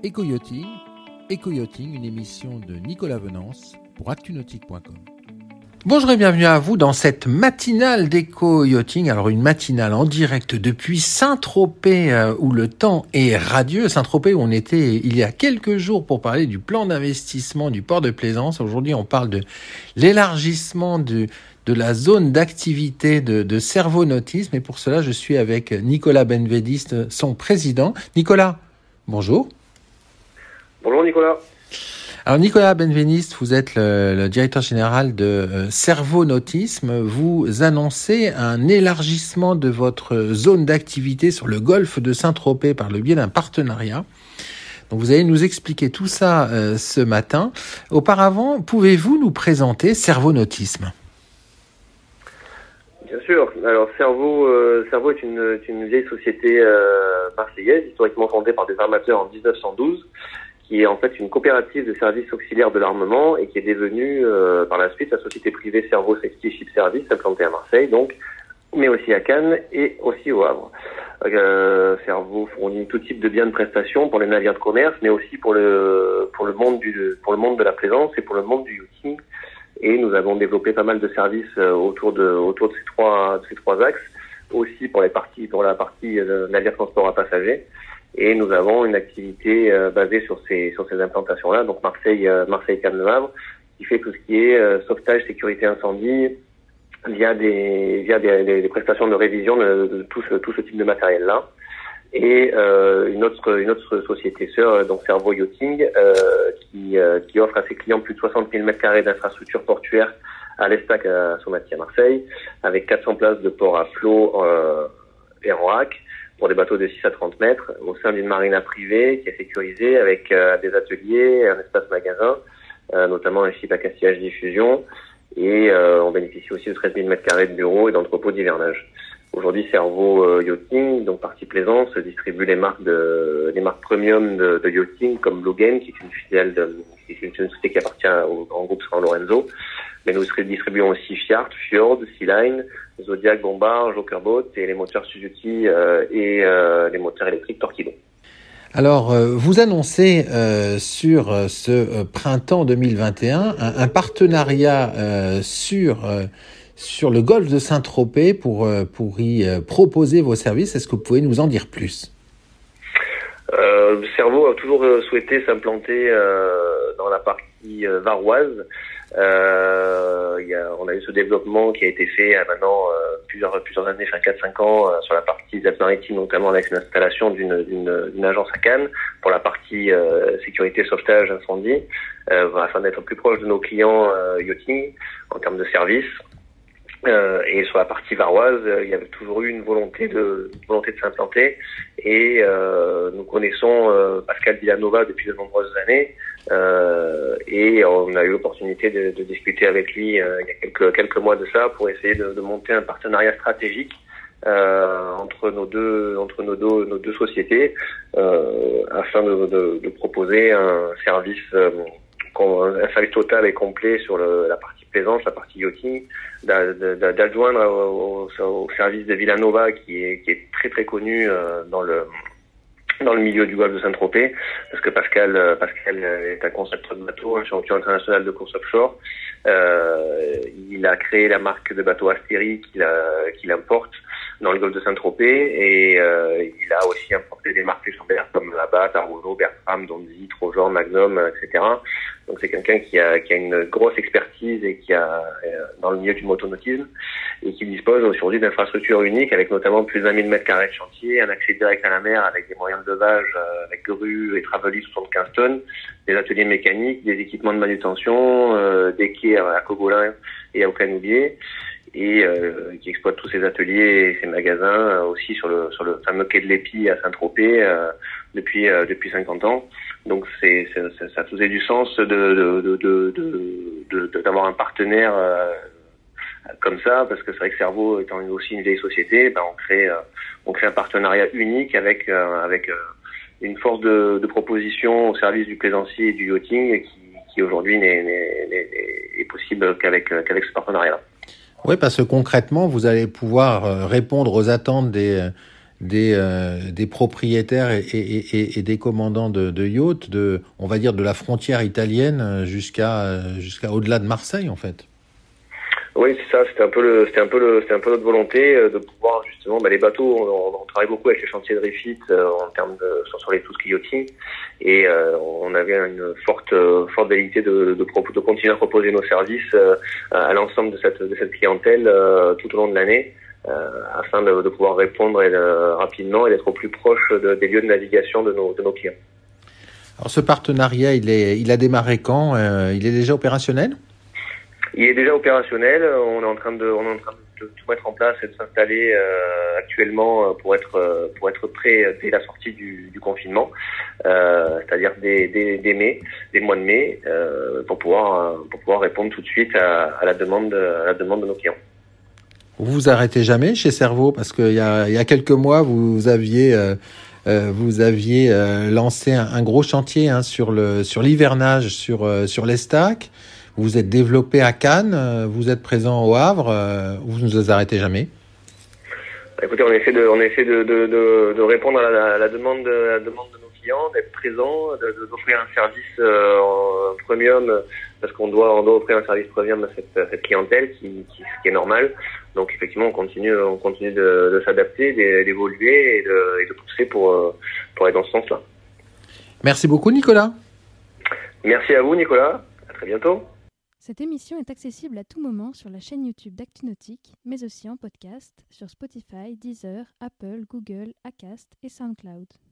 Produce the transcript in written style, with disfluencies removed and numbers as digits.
Éco-yachting, une émission de Nicolas Venance pour actunautique.com. Bonjour et bienvenue à vous dans cette matinale d'éco-yachting. Alors une matinale en direct depuis Saint-Tropez où le temps est radieux. Saint-Tropez où on était il y a quelques jours pour parler du plan d'investissement du port de Plaisance. Aujourd'hui on parle de l'élargissement de la zone d'activité de Servonautisme. Et pour cela je suis avec Nicolas Benveniste, son président. Nicolas, bonjour. Bonjour Nicolas. Alors Nicolas Benveniste, vous êtes le directeur général de Servonautisme. Vous annoncez un élargissement de votre zone d'activité sur le golfe de Saint-Tropez par le biais d'un partenariat. Donc vous allez nous expliquer tout ça ce matin. Auparavant, pouvez-vous nous présenter Servonautisme ? Bien sûr. Alors Servo est une vieille société marseillaise, historiquement fondée par des armateurs en 1912. Qui est en fait une coopérative de services auxiliaires de l'armement et qui est devenue par la suite la société privée Servo Safety Ship Service, implantée à Marseille, donc, mais aussi à Cannes et aussi au Havre. Servo fournit tout type de biens de prestation pour les navires de commerce, mais aussi pour le monde de la plaisance et pour le monde du yachting. Et nous avons développé pas mal de services autour de ces trois axes, aussi pour la partie navire transport à passagers. Et nous avons une activité basée sur ces implantations-là, donc Marseille, Cannes, Le Havre, qui fait tout ce qui est sauvetage, sécurité, incendie, via des prestations de révision de tout ce type de matériel-là. Et une autre société sœur, donc Servo Yachting, qui offre à ses clients plus de 60 000 m² d'infrastructures portuaires à l'Estac, à Sommaty, à Marseille, avec 400 places de port à flot et en rack, pour des bateaux de 6 à 30 mètres, au sein d'une marina privée qui est sécurisée avec des ateliers, un espace magasin, notamment un site à castillage diffusion, et on bénéficie aussi de 13 000 m² de bureaux et d'entrepôts d'hivernage. Aujourd'hui, Servo Yachting, donc partie Plaisance, distribue les marques premium de yachting comme Logan, qui est une filiale qui est une société qui appartient au grand groupe San Lorenzo. Mais nous distribuons aussi Fiat, Fjord, Sea-Line, Zodiac, Bombard, Jokerboat et les moteurs Suzuki et les moteurs électriques Torqeedo. Alors, vous annoncez sur ce printemps 2021 un partenariat sur le golfe de Saint-Tropez pour y proposer vos services. Est-ce que vous pouvez nous en dire plus ? Servo a toujours souhaité s'implanter dans la partie varoise. On a eu ce développement qui a été fait maintenant plusieurs années, 4-5 ans, sur la partie des Alpes-Maritimes, notamment avec l'installation d'une agence à Cannes pour la partie sécurité, sauvetage, incendie, afin d'être plus proche de nos clients yachting en termes de services. Et sur la partie varoise, il y avait toujours eu une volonté de s'implanter. Et nous connaissons Pascal Villanova depuis de nombreuses années. Et on a eu l'opportunité de discuter avec lui il y a quelques mois de ça pour essayer de monter un partenariat stratégique entre nos deux sociétés afin de proposer un service total et complet sur la partie plaisance, la partie yachting, d'adjoindre au service de Villanova qui est très très connu dans le milieu du golfe de Saint-Tropez, parce que Pascal est un concepteur de bateau, un champion international de course offshore. Il a créé la marque de bateau Astérie qu'il importe dans le golfe de Saint-Tropez, et il a aussi importé des marques légendaires comme Labatt, Arrono, Bertram, Donzi, Trojan, Magnum, etc. Donc c'est quelqu'un qui a une grosse expertise et qui a dans le milieu du motonautisme et qui dispose aujourd'hui d'infrastructures uniques avec notamment plus d'1 000 m² de chantier, un accès direct à la mer avec des moyens de levage avec grues et travelis 75 tonnes, des ateliers mécaniques, des équipements de manutention, des quais à Cogolin et à Aucanoublier, et qui exploite tous ses ateliers et ses magasins aussi sur le fameux quai de l'Épi à Saint-Tropez depuis 50 ans. Donc ça faisait du sens d'avoir un partenaire comme ça, parce que c'est vrai que Servo étant aussi une vieille société, on crée un partenariat unique avec une force de proposition au service du plaisancier et du yachting qui aujourd'hui est possible qu'avec ce partenariat-là. Oui, parce que concrètement, vous allez pouvoir répondre aux attentes des des propriétaires et des commandants de yachts, on va dire de la frontière italienne jusqu'à au-delà de Marseille, en fait. Oui, c'est ça. C'était un peu notre volonté de pouvoir justement, les bateaux. On travaille beaucoup avec les chantiers de refit en termes sur les tout ce qui est yachting, et on avait une forte velléité de continuer à proposer nos services à l'ensemble de cette clientèle tout au long de l'année, afin de pouvoir répondre rapidement et d'être au plus proche des lieux de navigation de nos clients. Alors, ce partenariat, il a démarré quand? Il est déjà opérationnel? Il est déjà opérationnel. On est en train de tout mettre en place et de s'installer actuellement pour être prêt dès la sortie du confinement, c'est-à-dire dès mois de mai, pour pouvoir répondre tout de suite à la demande de nos clients. Vous vous arrêtez jamais chez Cerveau, parce qu'il y a quelques mois vous aviez lancé un gros chantier sur l'hivernage sur l'Estac. Vous vous êtes développé à Cannes, vous êtes présent au Havre, vous ne vous arrêtez jamais? Écoutez, on essaie de répondre à la demande de nos clients, d'être présent, d'offrir un service en premium, parce qu'on doit offrir un service premium à cette clientèle qui est normal. Donc effectivement, on continue de s'adapter, d'évoluer et de pousser pour aller dans ce sens-là. Merci beaucoup, Nicolas. Merci à vous, Nicolas. À très bientôt. Cette émission est accessible à tout moment sur la chaîne YouTube d'ActuNautique, mais aussi en podcast sur Spotify, Deezer, Apple, Google, Acast et SoundCloud.